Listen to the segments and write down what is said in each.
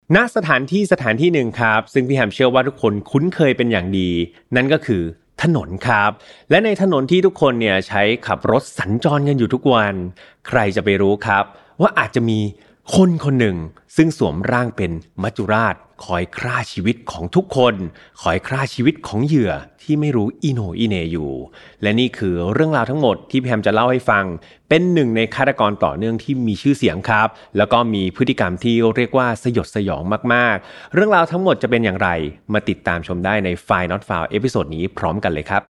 ณสถานที่หนึ่งครับซึ่งพี่แฮมเชื่อว่าทุกคนคุ้นเคยเป็นอย่างดีนั่นก็คือถนนครับและในถนนที่ทุกคนเนี่ยใช้ขับรถสัญจรกันอยู่ทุกวันใครจะไปรู้ครับว่าอาจจะมีคนคนหนึ่งซึ่งสวมร่างเป็นมัจจุราชคอยฆ่าชีวิตของทุกคนคอยฆ่าชีวิตของเหยื่อที่ไม่รู้อีโหน่อีเหน่อยู่และนี่คือเรื่องราวทั้งหมดที่พี่แฮมจะเล่าให้ฟังเป็นหนึ่งในฆาตกรต่อเนื่องที่มีชื่อเสียงครับแล้วก็มีพฤติกรรมที่เรียกว่าสยดสยองมากๆเรื่องราวทั้งหมดจะเป็นอย่างไรมาติดตามชมได้ใน File Not Found เอพิโซดนี้พร้อมกันเลยครับ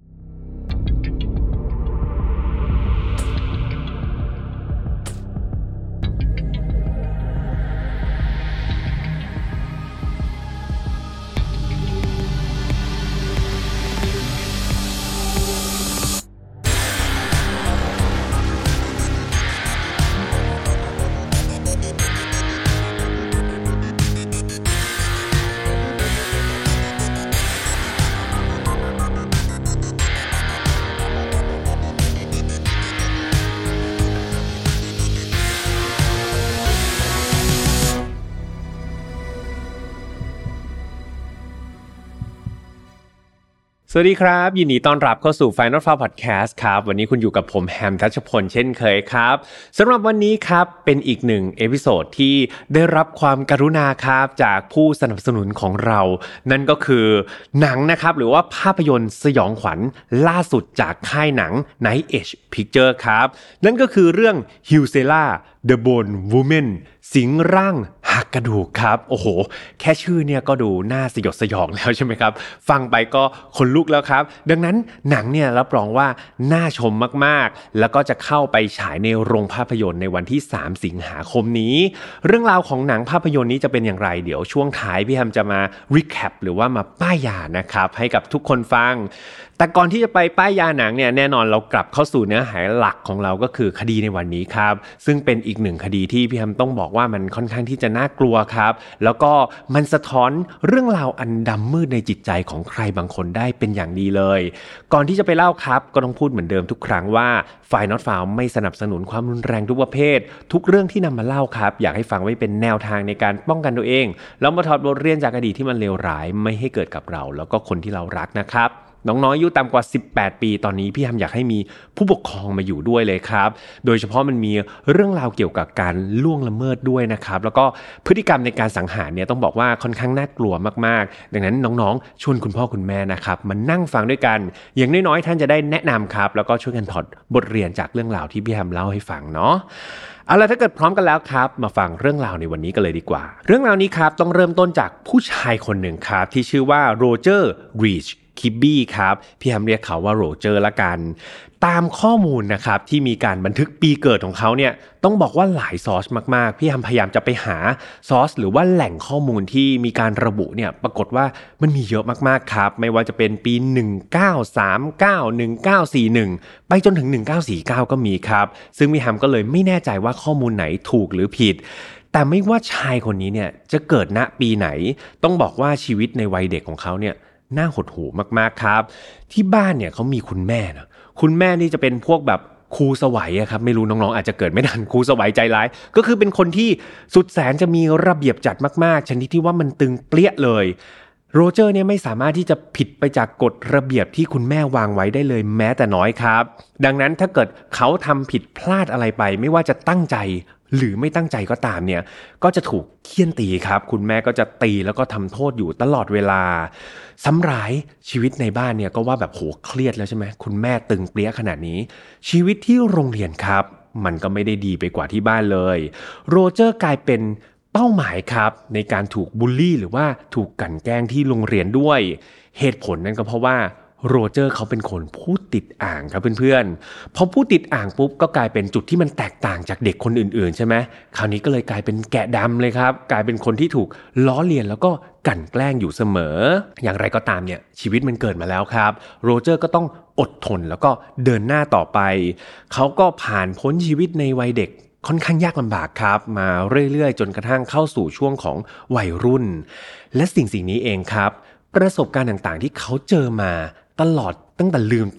สวัสดีครับยินดีต้อนรับเข้าสู่ File Not Found Podcast ครับวันนี้คุณอยู่กับผมแฮมทัชพลเช่นเคยครับสำหรับวันนี้ครับเป็นอีกหนึ่งเอพิโซดที่ได้รับความกรุณาครับจากผู้สนับสนุนของเรานั่นก็คือหนังนะครับหรือว่าภาพยนตร์สยองขวัญล่าสุดจากค่ายหนัง Night Edge Picture ครับนั่นก็คือเรื่อง Huesera The Bone Woman สิงร่างหักกระดูกครับโอ้โหแค่ชื่อเนี่ยก็ดูน่าสยดสยองแล้วใช่ไหมครับฟังไปก็ขนลุกแล้วครับดังนั้นหนังเนี่ยรับรองว่าน่าชมมากๆแล้วก็จะเข้าไปฉายในโรงภาพยนตร์ในวันที่3สิงหาคมนี้เรื่องราวของหนังภาพยนตร์นี้จะเป็นอย่างไรเดี๋ยวช่วงท้ายพี่แฮมจะมารีแคปหรือว่ามาป้ายยานะครับให้กับทุกคนฟังแต่ก่อนที่จะไปป้ายยาหนังเนี่ยแน่นอนเรากลับเข้าสู่เนื้อหาหลักของเราก็คือคดีในวันนี้ครับซึ่งเป็นอีกหนึ่งคดีที่พี่แฮมต้องบอกว่ามันค่อนข้างที่จะน่ากลัวครับแล้วก็มันสะท้อนเรื่องราวอันดำมืดในจิตใจของใครบางคนได้เป็นอย่างดีเลยก่อนที่จะไปเล่าครับก็ต้องพูดเหมือนเดิมทุกครั้งว่า File Not Found ไม่สนับสนุนความรุนแรงทุกประเภททุกเรื่องที่นำมาเล่าครับอยากให้ฟังไว้เป็นแนวทางในการป้องกันตัวเองแล้วมาถอดบทเรียนจากอดีตที่มันเลวร้ายไม่ให้เกิดกับเราแล้วก็คนที่เรารักนะครับน้องๆอายุต่ำกว่า18ปีตอนนี้พี่แฮมอยากให้มีผู้ปกครองมาอยู่ด้วยเลยครับโดยเฉพาะมันมีเรื่องราวเกี่ยวกับการล่วงละเมิดด้วยนะครับแล้วก็พฤติกรรมในการสังหารเนี่ยต้องบอกว่าค่อนข้างน่ากลัวมากๆดังนั้นน้องๆชวนคุณพ่อคุณแม่นะครับมานั่งฟังด้วยกันอย่างน้อยๆท่านจะได้แนะนำครับแล้วก็ช่วยกันถอดบทเรียนจากเรื่องราวที่พี่แฮมเล่าให้ฟังเนาะเอาล่ะถ้าเกิดพร้อมกันแล้วครับมาฟังเรื่องราวในวันนี้กันเลยดีกว่าเรื่องราวนี้ครับต้องเริ่มต้นจากผู้ชายคนหนึ่งครับที่ชื่อว่าโรเจอร์รีชคิบบี้ครับพี่แฮมเรียกเขาว่าโรเจอร์ละกันตามข้อมูลนะครับที่มีการบันทึกปีเกิดของเขาเนี่ยต้องบอกว่าหลายซอสมากๆพี่แฮมพยายามจะไปหาซอสหรือว่าแหล่งข้อมูลที่มีการระบุเนี่ยปรากฏว่ามันมีเยอะมากๆครับไม่ว่าจะเป็นปี1939 1941ไปจนถึง1949ก็มีครับซึ่งพี่แฮมก็เลยไม่แน่ใจว่าข้อมูลไหนถูกหรือผิดแต่ไม่ว่าชายคนนี้เนี่ยจะเกิดณปีไหนต้องบอกว่าชีวิตในวัยเด็กของเขาเนี่ยน่าหดหู่มากๆครับที่บ้านเนี่ยเขามีคุณแม่นะคุณแม่นี่จะเป็นพวกแบบครูสวัยอะครับไม่รู้น้องๆอาจจะเกิดไม่ทันครูสวัยใจร้ายก็คือเป็นคนที่สุดแสนจะมีระเบียบจัดมากๆชนิดที่ว่ามันตึงเปี้ยเลยโรเจอร์เนี่ยไม่สามารถที่จะผิดไปจากกฎระเบียบที่คุณแม่วางไว้ได้เลยแม้แต่น้อยครับดังนั้นถ้าเกิดเขาทำผิดพลาดอะไรไปไม่ว่าจะตั้งใจหรือไม่ตั้งใจก็ตามเนี่ยก็จะถูกเฆี่ยนตีครับคุณแม่ก็จะตีแล้วก็ทำโทษอยู่ตลอดเวลาซ้ำร้ายชีวิตในบ้านเนี่ยก็ว่าแบบโหเครียดแล้วใช่ไหมคุณแม่ตึงเปี้ยขนาดนี้ชีวิตที่โรงเรียนครับมันก็ไม่ได้ดีไปกว่าที่บ้านเลยโรเจอร์กลายเป็นเป้าหมายครับในการถูกบูลลี่หรือว่าถูกกลั่นแกล้งที่โรงเรียนด้วยเหตุผลนั้นก็เพราะว่าโรเจอร์เขาเป็นคนพูดติดอ่างครับเพื่อนๆพอพูดติดอ่างปุ๊บก็กลายเป็นจุดที่มันแตกต่างจากเด็กคนอื่นๆใช่ไหมคราวนี้ก็เลยกลายเป็นแกะดำเลยครับกลายเป็นคนที่ถูกล้อเลียนแล้วก็กลั่นแกล้งอยู่เสมออย่างไรก็ตามเนี่ยชีวิตมันเกิดมาแล้วครับโรเจอร์ก็ต้องอดทนแล้วก็เดินหน้าต่อไปเขาก็ผ่านพ้นชีวิตในวัยเด็กค่อนข้างยากลำบากครับมาเรื่อยๆจนกระทั่งเข้าสู่ช่วงของวัยรุ่นและสิ่งนี้เองครับประสบการณ์ต่างๆที่เขาเจอมาตลอดตั้งแต่ลืมตา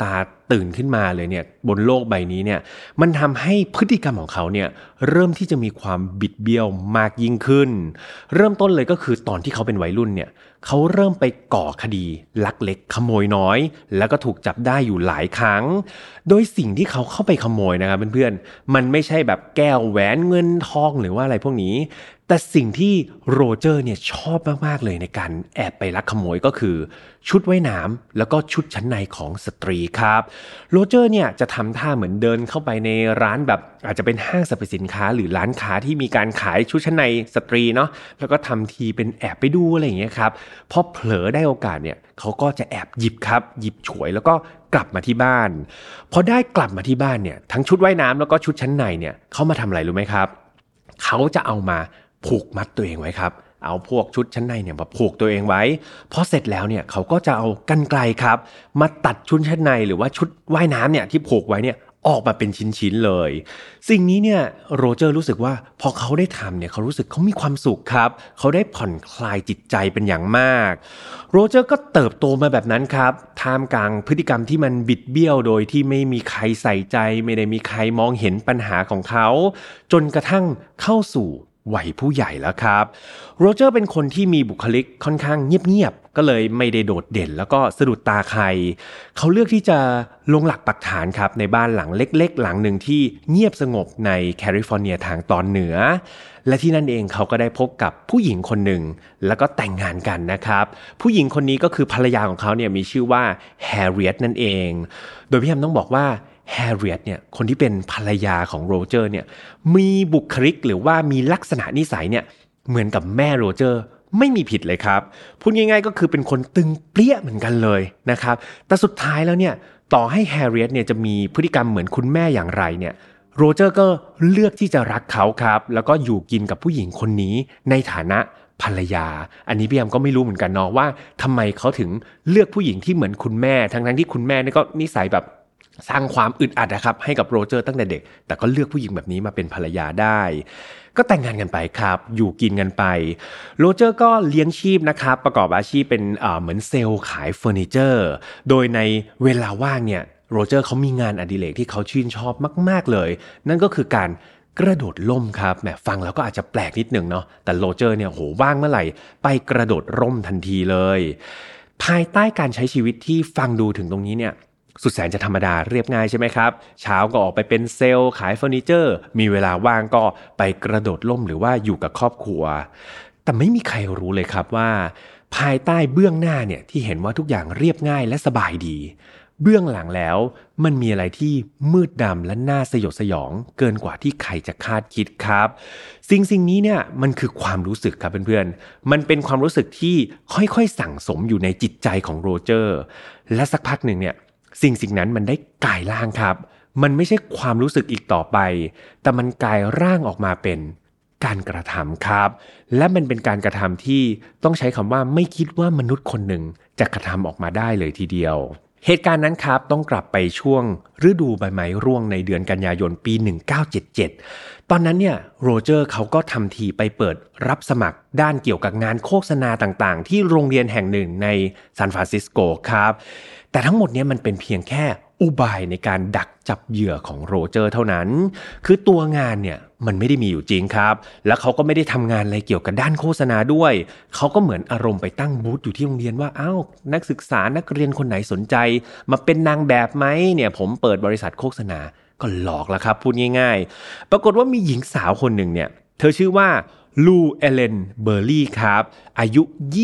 ตื่นขึ้นมาเลยเนี่ยบนโลกใบนี้เนี่ยมันทำให้พฤติกรรมของเขาเนี่ยเริ่มที่จะมีความบิดเบี้ยวมากยิ่งขึ้นเริ่มต้นเลยก็คือตอนที่เขาเป็นวัยรุ่นเนี่ยเขาเริ่มไปก่อคดีลักเล็กขโมยน้อยแล้วก็ถูกจับได้อยู่หลายครั้งโดยสิ่งที่เขาเข้าไปขโมยนะครับเพื่อนๆมันไม่ใช่แบบแก้วแหวนเงินทองหรือว่าอะไรพวกนี้แต่สิ่งที่โรเจอร์เนี่ยชอบมากๆเลยในการแอบไปลักขโมยก็คือชุดว่ายน้ำแล้วก็ชุดชั้นในของสตรีครับโรเจอร์เนี่ยจะทำท่าเหมือนเดินเข้าไปในร้านแบบอาจจะเป็นห้างสรรพสินค้าหรือร้านค้าที่มีการขายชุดชั้นในสตรีเนาะแล้วก็ทำทีเป็นแอบไปดูอะไรอย่างเงี้ยครับพอเผลอได้โอกาสเนี่ยเขาก็จะแอบหยิบครับหยิบฉวยแล้วก็กลับมาที่บ้านพอได้กลับมาที่บ้านเนี่ยทั้งชุดว่ายน้ำแล้วก็ชุดชั้นในเนี่ยเขามาทำอะไรรู้ไหมครับเขาจะเอามาผูกมัดตัวเองไว้ครับเอาพวกชุดชั้นในเนี่ยมาผูกตัวเองไว้พอเสร็จแล้วเนี่ยเขาก็จะเอากรรไกรครับมาตัดชุดชั้นในหรือว่าชุดว่ายน้ำเนี่ยที่ผูกไว้เนี่ยออกมาเป็นชิ้นๆเลยสิ่งนี้เนี่ยโรเจอร์รู้สึกว่าพอเขาได้ทำเนี่ยเขารู้สึกเขามีความสุขครับเขาได้ผ่อนคลายจิตใจเป็นอย่างมากโรเจอร์ก็เติบโตมาแบบนั้นครับท่ามกลางพฤติกรรมที่มันบิดเบี้ยวโดยที่ไม่มีใครใส่ใจไม่ได้มีใครมองเห็นปัญหาของเขาจนกระทั่งเข้าสู่วัยผู้ใหญ่แล้วครับโรเจอร์เป็นคนที่มีบุคลิกค่อนข้างเงียบๆก็เลยไม่ได้โดดเด่นแล้วก็สะดุดตาใครเขาเลือกที่จะลงหลักปักฐานครับในบ้านหลังเล็กๆหลังหนึ่งที่เงียบสงบในแคลิฟอร์เนียทางตอนเหนือและที่นั่นเองเขาก็ได้พบกับผู้หญิงคนหนึ่งแล้วก็แต่งงานกันนะครับผู้หญิงคนนี้ก็คือภรรยาของเขาเนี่ยมีชื่อว่าแฮร์ริเอตนั่นเองโดยพี่แฮมต้องบอกว่าแฮร์ริเอตเนี่ยคนที่เป็นภรรยาของโรเจอร์เนี่ยมีบุคลิกหรือว่ามีลักษณะนิสัยเนี่ยเหมือนกับแม่โรเจอร์ไม่มีผิดเลยครับพูดง่ายๆก็คือเป็นคนตึงเปรี้ยเหมือนกันเลยนะครับแต่สุดท้ายแล้วเนี่ยต่อให้แฮร์ริเอตเนี่ยจะมีพฤติกรรมเหมือนคุณแม่อย่างไรเนี่ยโรเจอร์ก็เลือกที่จะรักเขาครับแล้วก็อยู่กินกับผู้หญิงคนนี้ในฐานะภรรยาอันนี้พี่แอมก็ไม่รู้เหมือนกันเนาะว่าทำไมเขาถึงเลือกผู้หญิงที่เหมือนคุณแม่ทั้งที่คุณแม่นี่ก็นิสัยแบบสร้างความอึดอัดนะครับให้กับโรเจอร์ตั้งแต่เด็กแต่ก็เลือกผู้หญิงแบบนี้มาเป็นภรรยาได้ก็แต่งงานกันไปครับอยู่กินกันไปโรเจอร์ก็เลี้ยงชีพนะครับประกอบอาชีพเป็นเหมือนเซลล์ขายเฟอร์นิเจอร์โดยในเวลาว่างเนี่ยโรเจอร์เขามีงานอดิเรกที่เขาชื่นชอบมากๆเลยนั่นก็คือการกระโดดร่มครับแหมฟังแล้วก็อาจจะแปลกนิดนึงเนาะแต่โรเจอร์เนี่ยโหว่างเมื่อไหร่ไปกระโดดร่มทันทีเลยภายใต้การใช้ชีวิตที่ฟังดูถึงตรงนี้เนี่ยสุดแสนจะธรรมดาเรียบง่ายใช่ไหมครับเช้าก็ออกไปเป็นเซลล์ขายเฟอร์นิเจอร์มีเวลาว่างก็ไปกระโดดร่มหรือว่าอยู่กับครอบครัวแต่ไม่มีใครรู้เลยครับว่าภายใต้เบื้องหน้าเนี่ยที่เห็นว่าทุกอย่างเรียบง่ายและสบายดีเบื้องหลังแล้วมันมีอะไรที่มืดดำและน่าสยดสยองเกินกว่าที่ใครจะคาดคิดครับสิ่งนี้เนี่ยมันคือความรู้สึกครับเพื่อนๆมันเป็นความรู้สึกที่ค่อยๆสั่งสมอยู่ในจิตใจของโรเจอร์และสักพักหนึ่งเนี่ยสิ่งนั้นมันได้กลายร่างครับมันไม่ใช่ความรู้สึกอีกต่อไปแต่มันกลายร่างออกมาเป็นการกระทำครับและมันเป็นการกระทำที่ต้องใช้คำว่าไม่คิดว่ามนุษย์คนหนึ่งจะกระทำออกมาได้เลยทีเดียวเหตุการณ์นั้นครับต้องกลับไปช่วงฤดูใบไม้ร่วงในเดือนกันยายนปี1977ตอนนั้นเนี่ยโรเจอร์เขาก็ทำทีไปเปิดรับสมัครด้านเกี่ยวกับงานโฆษณาต่างๆที่โรงเรียนแห่งหนึ่งในซานฟรานซิสโกครับแต่ทั้งหมดนี้มันเป็นเพียงแค่อุบายในการดักจับเหยื่อของโรเจอร์เท่านั้นคือตัวงานเนี่ยมันไม่ได้มีอยู่จริงครับแล้วเขาก็ไม่ได้ทำงานอะไรเกี่ยวกับด้านโฆษณาด้วยเขาก็เหมือนอารมณ์ไปตั้งบูธอยู่ที่โรงเรียนว่าอ้าวนักศึกษานักเรียนคนไหนสนใจมาเป็นนางแบบไหมเนี่ยผมเปิดบริษัทโฆษณาก็หลอกแล้วครับพูดง่ายๆปรากฏว่ามีหญิงสาวคนหนึ่งเนี่ยเธอชื่อว่าลูเอเลนเบอร์รี่ครับอายุ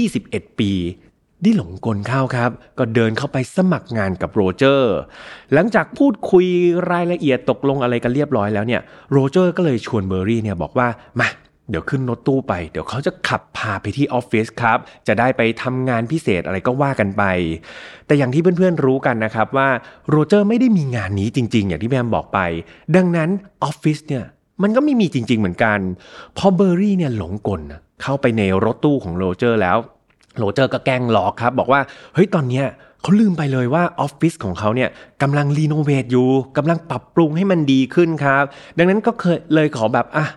21ปีได้หลงกลเข้าครับก็เดินเข้าไปสมัครงานกับโรเจอร์หลังจากพูดคุยรายละเอียดตกลงอะไรกันเรียบร้อยแล้วเนี่ยโรเจอร์ก็เลยชวนเบอร์รี่เนี่ยบอกว่ามาเดี๋ยวขึ้นรถตู้ไปเดี๋ยวเขาจะขับพาไปที่ออฟฟิศครับจะได้ไปทำงานพิเศษอะไรก็ว่ากันไปแต่อย่างที่เพื่อนๆรู้กันนะครับว่าโรเจอร์ไม่ได้มีงานนี้จริงๆอย่างที่แม่บอกไปดังนั้นออฟฟิศเนี่ยมันก็ไม่มีจริงๆเหมือนกันพอเบอร์รี่เนี่ยหลงกลเข้าไปในรถตู้ของโรเจอร์แล้วโรเจอร์ก็แกล้งหลอกครับบอกว่าเฮ้ยตอนเนี้ยเขาลืมไปเลยว่าออฟฟิศของเขาเนี่ยกำลังรีโนเวทอยู่กำลังปรับปรุงให้มันดีขึ้นครับดังนั้นก็เลยขอแบบ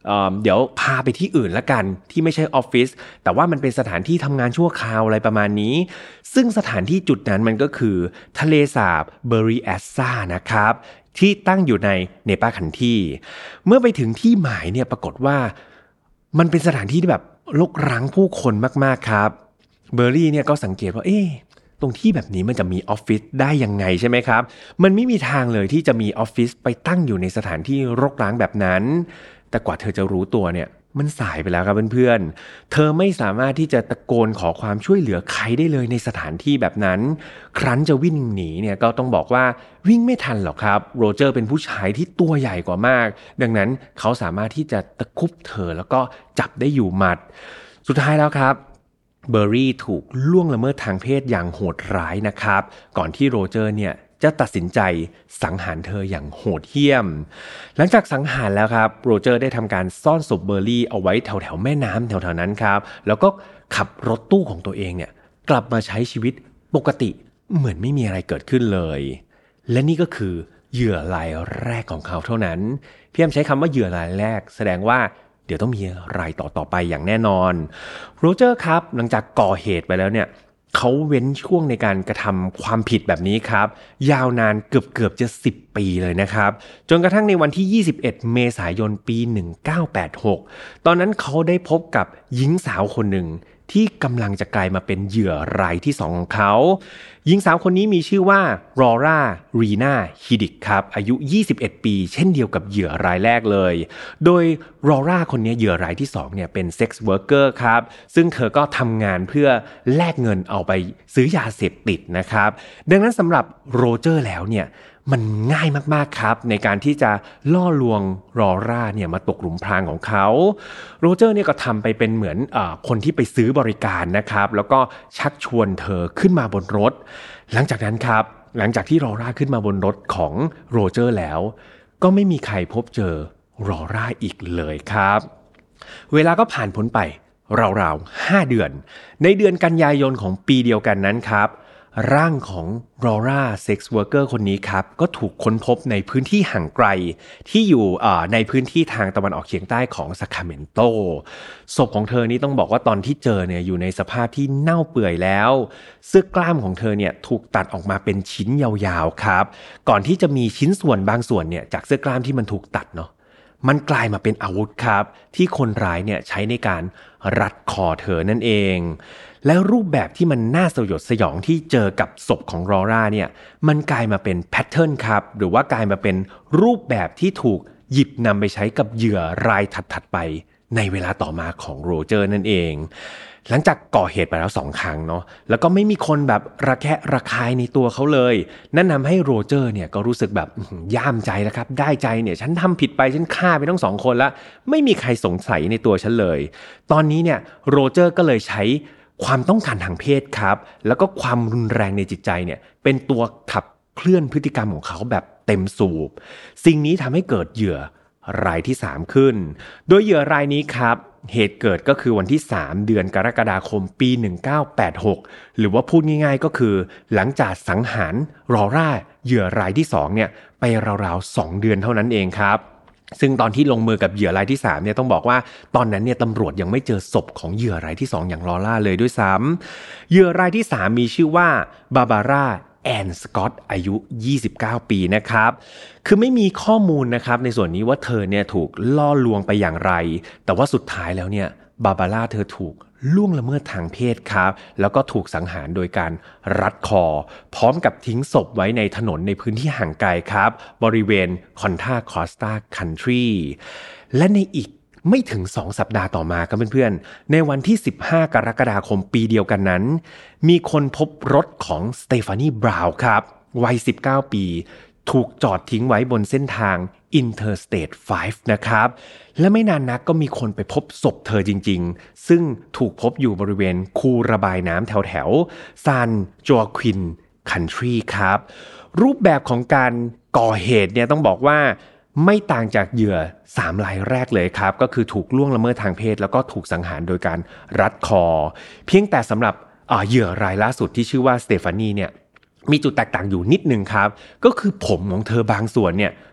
เดี๋ยวพาไปที่อื่นละกันที่ไม่ใช่ออฟฟิศแต่ว่ามันเป็นสถานที่ทำงานชั่วคราวอะไรประมาณนี้ซึ่งสถานที่จุดนั้นมันก็คือทะเลสาบเบอริแอสซานะครับที่ตั้งอยู่ในเนปาคันทีเมื่อไปถึงที่หมายเนี่ยปรากฏว่ามันเป็นสถานที่ที่แบบรกร้างผู้คนมากๆครับเบอร์รี่เนี่ยก็สังเกตว่าตรงที่แบบนี้มันจะมีออฟฟิศได้ยังไงใช่ไหมครับมันไม่มีทางเลยที่จะมีออฟฟิศไปตั้งอยู่ในสถานที่รกร้างแบบนั้นแต่กว่าเธอจะรู้ตัวเนี่ยมันสายไปแล้วครับเพื่อนๆเธอไม่สามารถที่จะตะโกนขอความช่วยเหลือใครได้เลยในสถานที่แบบนั้นครั้นจะวิ่งหนีเนี่ยก็ต้องบอกว่าวิ่งไม่ทันหรอกครับโรเจอร์เป็นผู้ชายที่ตัวใหญ่กว่ามากดังนั้นเขาสามารถที่จะตะคุบเธอแล้วก็จับได้อยู่หมัดสุดท้ายแล้วครับเบอร์รี่ถูกล่วงละเมิดทางเพศอย่างโหดร้ายนะครับก่อนที่โรเจอร์เนี่ยจะตัดสินใจสังหารเธออย่างโหดเหี้ยมหลังจากสังหารแล้วครับโรเจอร์ได้ทำการซ่อนศพเบอร์รี่เอาไว้แถวแม่น้ำแถวๆนั้นครับแล้วก็ขับรถตู้ของตัวเองเนี่ยกลับมาใช้ชีวิตปกติเหมือนไม่มีอะไรเกิดขึ้นเลยและนี่ก็คือเหยื่อรายแรกของเขาเท่านั้นพี่แอมใช้คำว่าเหยื่อรายแรกแสดงว่าเดี๋ยวต้องมีรายต่อไปอย่างแน่นอนโรเจอร์ครับหลังจากก่อเหตุไปแล้วเนี่ยเขาเว้นช่วงในการกระทำความผิดแบบนี้ครับยาวนานเกือบจะ10 ปีเลยนะครับจนกระทั่งในวันที่21เมษายนปี1986ตอนนั้นเขาได้พบกับหญิงสาวคนหนึ่งที่กำลังจะกลายมาเป็นเหยื่อรายที่2ของเขาหญิงสาวคนนี้มีชื่อว่ารอร่ารีนาฮิดิกครับอายุ21ปีเช่นเดียวกับเหยื่อรายแรกเลยโดยรอร่าคนนี้เหยื่อรายที่2เนี่ยเป็นเซ็กซ์เวิร์กเกอร์ครับซึ่งเธอก็ทำงานเพื่อแลกเงินเอาไปซื้อยาเสพติดนะครับดังนั้นสำหรับโรเจอร์แล้วเนี่ยมันง่ายมากๆครับในการที่จะล่อลวงรอร่าเนี่ยมาตกหลุมพรางของเขาโรเจอร์เนี่ยก็ทำไปเป็นเหมือนคนที่ไปซื้อบริการนะครับแล้วก็ชักชวนเธอขึ้นมาบนรถหลังจากนั้นครับหลังจากที่รอร่าขึ้นมาบนรถของโรเจอร์แล้วก็ไม่มีใครพบเจอรอร่าอีกเลยครับเวลาก็ผ่านพ้นไปราวๆ5 เดือนในเดือนกันยายนของปีเดียวกันนั้นครับร่างของรอร่าเซ็กซ์เวิร์กเกอร์คนนี้ครับก็ถูกค้นพบในพื้นที่ห่างไกลที่อยู่ในพื้นที่ทางตะวันออกเฉียงใต้ของซาคราเมนโตศพของเธอนี่ต้องบอกว่าตอนที่เจอเนี่ยอยู่ในสภาพที่เน่าเปื่อยแล้วเสื้อกล้ามของเธอเนี่ยถูกตัดออกมาเป็นชิ้นยาวๆครับก่อนที่จะมีชิ้นส่วนบางส่วนเนี่ยจากเสื้อกล้ามที่มันถูกตัดเนาะมันกลายมาเป็นอาวุธครับที่คนร้ายเนี่ยใช้ในการรัดคอเธอนั่นเองและรูปแบบที่มันน่าสยดสยองที่เจอกับศพของรอร่าเนี่ยมันกลายมาเป็นแพทเทิร์นครับหรือว่ากลายมาเป็นรูปแบบที่ถูกหยิบนำไปใช้กับเหยื่อรายถัดๆไปในเวลาต่อมาของโรเจอร์นั่นเองหลังจากก่อเหตุไปแล้ว2 ครั้งเนาะแล้วก็ไม่มีคนแบบระแคะระคายในตัวเขาเลยนั่นทำให้โรเจอร์เนี่ยก็รู้สึกแบบย่ามใจแล้วครับได้ใจเนี่ยฉันทำผิดไปฉันฆ่าไปทั้ง2 คนแล้วไม่มีใครสงสัยในตัวฉันเลยตอนนี้เนี่ยโรเจอร์ก็เลยใช้ความต้องการทางเพศครับแล้วก็ความรุนแรงในจิตใจเนี่ยเป็นตัวขับเคลื่อนพฤติกรรมของเขาแบบเต็มสูบสิ่งนี้ทำให้เกิดเหยื่อรายที่3ขึ้นโดยเหยื่อรายนี้ครับเหตุเกิดก็คือวันที่3เดือนกรกฎาคมปี1986หรือว่าพูดง่ายๆก็คือหลังจากสังหารรอร่าเหยื่อรายที่2เนี่ยไปราวๆ2 เดือนเท่านั้นเองครับซึ่งตอนที่ลงมือกับเหยื่อรายที่3เนี่ยต้องบอกว่าตอนนั้นเนี่ยตำรวจยังไม่เจอศพของเหยื่อรายที่2อย่างลอร่าเลยด้วยซ้ำเหยื่อรายที่3มีชื่อว่าบาบาร่าแอนสกอตอายุ29ปีนะครับคือไม่มีข้อมูลนะครับในส่วนนี้ว่าเธอเนี่ยถูกล่อลวงไปอย่างไรแต่ว่าสุดท้ายแล้วเนี่ยบาบาร่าเธอถูกล่วงละเมิดทางเพศครับแล้วก็ถูกสังหารโดยการรัดคอพร้อมกับทิ้งศพไว้ในถนนในพื้นที่ห่างไกลครับบริเวณคอนทาคอสตาคันทรีและในอีกไม่ถึง2 สัปดาห์ต่อมาครับเพื่อนๆในวันที่15กรกฎาคมปีเดียวกันนั้นมีคนพบรถของสเตฟานีบราวน์ครับวัย19ปีถูกจอดทิ้งไว้บนเส้นทาง Interstate 5 นะครับและไม่นานนักก็มีคนไปพบศพเธอจริงๆซึ่งถูกพบอยู่บริเวณคูระบายน้ำแถวซานโจอาควินคันทรีครับรูปแบบของการก่อเหตุเนี่ยต้องบอกว่าไม่ต่างจากเหยื่อ3 รายแรกเลยครับก็คือถูกล่วงละเมิดทางเพศแล้วก็ถูกสังหารโดยการรัดคอเพียงแต่สำหรับเหยื่อรายล่าสุดที่ชื่อว่าสเตฟานีเนี่ยมีจุดแตกต่างอยู่นิดนึงครับก็คือผมของเธอบางส่วนเนี่ย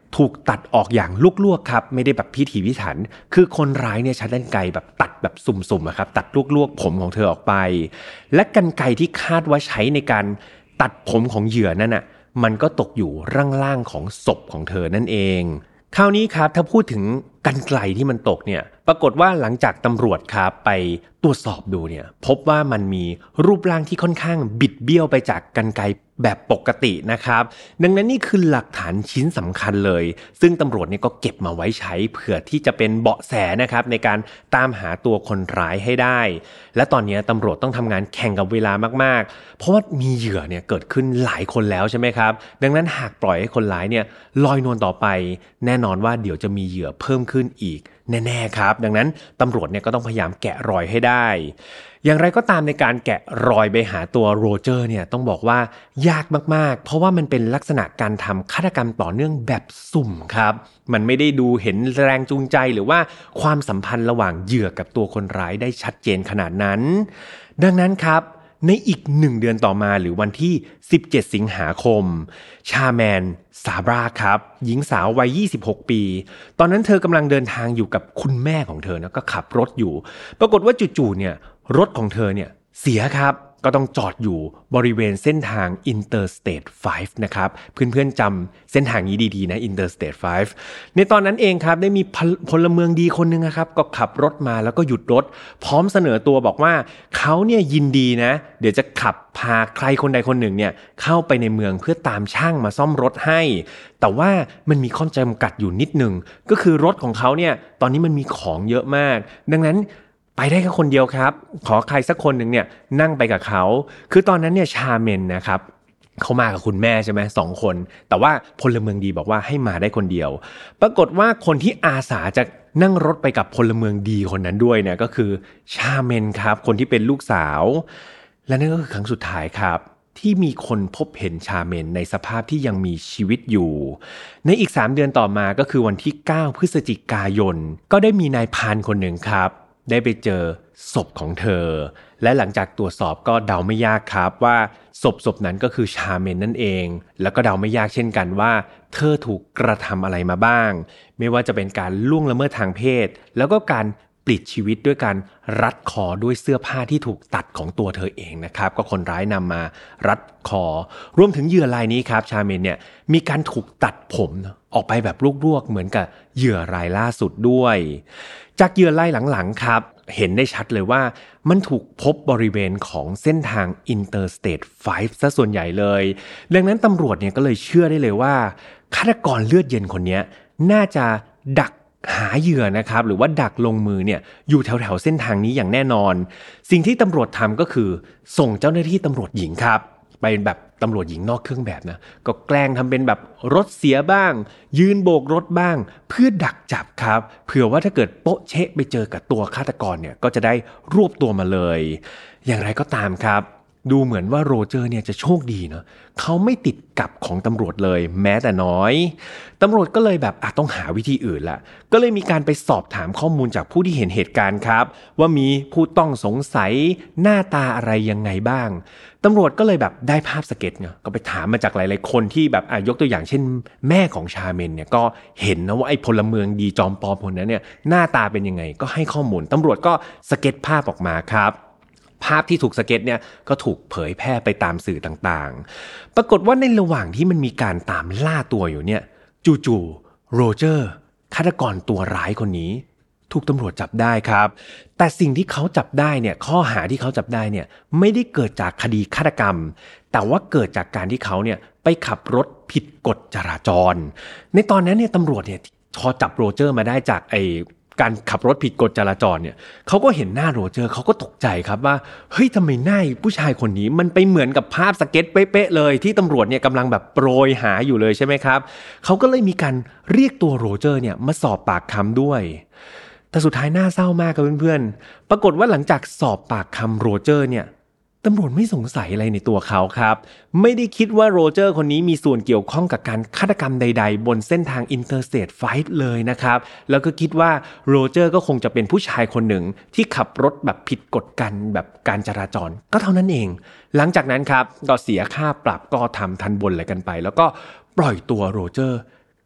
ถูกตัดออกอย่างลวกๆครับไม่ได้แบบพิถีพิถันคือคนร้ายเนี่ยใช้กรรไกรแบบตัดแบบสุ่มๆครับตัดลวกๆผมของเธอออกไปและกรรไกรที่คาดว่าใช้ในการตัดผมของเหยื่อนั่นน่ะมันก็ตกอยู่ล่างๆของศพของเธอนั่นเองคราวนี้ครับถ้าพูดถึงกรรไกรที่มันตกเนี่ยปรากฏว่าหลังจากตำรวจครับไปตรวจสอบดูเนี่ยพบว่ามันมีรูปร่างที่ค่อนข้างบิดเบี้ยวไปจากกรรไกรแบบปกตินะครับดังนั้นนี่คือหลักฐานชิ้นสำคัญเลยซึ่งตำรวจเนี่ยก็เก็บมาไว้ใช้เผื่อที่จะเป็นเบาะแสนะครับในการตามหาตัวคนร้ายให้ได้และตอนนี้ตำรวจต้องทำงานแข่งกับเวลามากๆเพราะว่ามีเหยื่อเนี่ยเกิดขึ้นหลายคนแล้วใช่ไหมครับดังนั้นหากปล่อยให้คนร้ายเนี่ยลอยนวลต่อไปแน่นอนว่าเดี๋ยวจะมีเหยื่อเพิ่มขึ้นอีกแน่ๆครับดังนั้นตำรวจเนี่ยก็ต้องพยายามแกะรอยให้ได้อย่างไรก็ตามในการแกะรอยไปหาตัวโรเจอร์เนี่ยต้องบอกว่ายากมากๆเพราะว่ามันเป็นลักษณะการทำฆาตกรรมต่อเนื่องแบบสุ่มครับมันไม่ได้ดูเห็นแรงจูงใจหรือว่าความสัมพันธ์ระหว่างเหยื่อกับตัวคนร้ายได้ชัดเจนขนาดนั้นดังนั้นครับในอีก1 เดือนต่อมาหรือวันที่17 สิงหาคมชาแมนซาบราครับหญิงสาววัย26 ปีตอนนั้นเธอกำลังเดินทางอยู่กับคุณแม่ของเธอนะก็ขับรถอยู่ปรากฏว่าจู่ๆเนี่ยรถของเธอเนี่ยเสียครับก็ต้องจอดอยู่บริเวณเส้นทาง Interstate 5 นะครับเพื่อนๆจำเส้นทางนี้ดีๆนะ Interstate 5ในตอนนั้นเองครับได้มีพลเมืองดีคนนึงนะครับก็ขับรถมาแล้วก็หยุดรถพร้อมเสนอตัวบอกว่าเขาเนี่ยยินดีนะเดี๋ยวจะขับพาใครคนใดคนหนึ่งเนี่ยเข้าไปในเมืองเพื่อตามช่างมาซ่อมรถให้แต่ว่ามันมีข้อจำกัดอยู่นิดนึงก็คือรถของเขาเนี่ยตอนนี้มันมีของเยอะมากดังนั้นไปได้แค่คนเดียวครับขอใครสักคนหนึ่งเนี่ยนั่งไปกับเขาคือตอนนั้นเนี่ยชาเมนนะครับเขามากับคุณแม่ใช่ไหม2 คนแต่ว่าพลเมืองดีบอกว่าให้มาได้คนเดียวปรากฏว่าคนที่อาสาจะนั่งรถไปกับพลเมืองดีคนนั้นด้วยเนี่ยก็คือชาเมนครับคนที่เป็นลูกสาวและนั่นก็คือครั้งสุดท้ายครับที่มีคนพบเห็นชาเมนในสภาพที่ยังมีชีวิตอยู่ในอีก3 เดือนต่อมาก็คือวันที่9 พฤศจิกายนก็ได้มีนายพรานคนหนึ่งครับได้ไปเจอศพของเธอและหลังจากตรวจสอบก็เดาไม่ยากครับว่าศพนั้นก็คือชาเมนนั่นเองแล้วก็เดาไม่ยากเช่นกันว่าเธอถูกกระทำอะไรมาบ้างไม่ว่าจะเป็นการล่วงละเมิดทางเพศแล้วก็การปลิดชีวิตด้วยการรัดคอด้วยเสื้อผ้าที่ถูกตัดของตัวเธอเองนะครับก็คนร้ายนำมารัดคอรวมถึงเหยื่อรายนี้ครับชาเมนเนี่ยมีการถูกตัดผมออกไปแบบลวกๆเหมือนกับเหยื่อรายล่าสุดด้วยจากเหยื่อรายหลังๆครับเห็นได้ชัดเลยว่ามันถูกพบบริเวณของเส้นทาง Interstate 5 ซะส่วนใหญ่เลยดังนั้นตำรวจเนี่ยก็เลยเชื่อได้เลยว่าฆาตกรเลือดเย็นคนนี้น่าจะดักหาเหยื่อนะครับหรือว่าดักลงมือเนี่ยอยู่แถวๆเส้นทางนี้อย่างแน่นอนสิ่งที่ตำรวจทำก็คือส่งเจ้าหน้าที่ตำรวจหญิงครับไปแบบตำรวจหญิงนอกเครื่องแบบนะก็แกล้งทำเป็นแบบรถเสียบ้างยืนโบกรถบ้างเพื่อดักจับครับเผื่อว่าถ้าเกิดโป๊ะเชะไปเจอกับตัวฆาตกรเนี่ยก็จะได้รวบตัวมาเลยอย่างไรก็ตามครับดูเหมือนว่าโรเจอร์เนี่ยจะโชคดีเนาะเขาไม่ติดกับของตำรวจเลยแม้แต่น้อยตำรวจก็เลยแบบต้องหาวิธีอื่นละก็เลยมีการไปสอบถามข้อมูลจากผู้ที่เห็นเหตุการณ์ครับว่ามีผู้ต้องสงสัยหน้าตาอะไรยังไงบ้างตำรวจก็เลยแบบได้ภาพสเก็ตเนี่ยก็ไปถามมาจากหลายๆคนที่แบบยกตัวอย่างเช่นแม่ของชาเมนเนี่ยก็เห็นนะว่าไอ้พลเมืองดีจอมปลอมคนนั้นเนี่ยหน้าตาเป็นยังไงก็ให้ข้อมูลตำรวจก็สเก็ตภาพออกมาครับภาพที่ถูกสเก็ตเนี่ยก็ถูกเผยแพร่ไปตามสื่อต่างๆปรากฏว่าในระหว่างที่มันมีการตามล่าตัวอยู่เนี่ยจู่ๆโรเจอร์ฆาตกรตัวร้ายคนนี้ถูกตำรวจจับได้ครับแต่สิ่งที่เขาจับได้เนี่ยข้อหาที่เขาจับได้เนี่ยไม่ได้เกิดจากคดีฆาตกรรมแต่ว่าเกิดจากการที่เขาเนี่ยไปขับรถผิดกฎจราจรในตอนนั้นเนี่ยตำรวจเนี่ยพอจับโรเจอร์มาได้จากการขับรถผิดกฎจราจรเนี่ยเขาก็เห็นหน้าโรเจอร์เขาก็ตกใจครับว่าเฮ้ยทำไมหน้าผู้ชายคนนี้มันไปเหมือนกับภาพสเก็ตเป๊ะๆเลยที่ตำรวจเนี่ยกำลังแบบโปรยหาอยู่เลยใช่ไหมครับเขาก็เลยมีการเรียกตัวโรเจอร์เนี่ยมาสอบปากคำด้วยแต่สุดท้ายน่าเศร้ามากครับเพื่อนๆปรากฏว่าหลังจากสอบปากคำโรเจอร์เนี่ยตำรวจไม่สงสัยอะไรในตัวเขาครับไม่ได้คิดว่าโรเจอร์คนนี้มีส่วนเกี่ยวข้องกับการฆาตกรรมใดๆบนเส้นทาง Interstate 5 เลยนะครับแล้วก็คิดว่าโรเจอร์ก็คงจะเป็นผู้ชายคนหนึ่งที่ขับรถแบบผิดกฎกันแบบการจราจรก็เท่านั้นเองหลังจากนั้นครับก็เสียค่าปรับก็ทำทันบนอะไรกันไปแล้วก็ปล่อยตัวโรเจอร์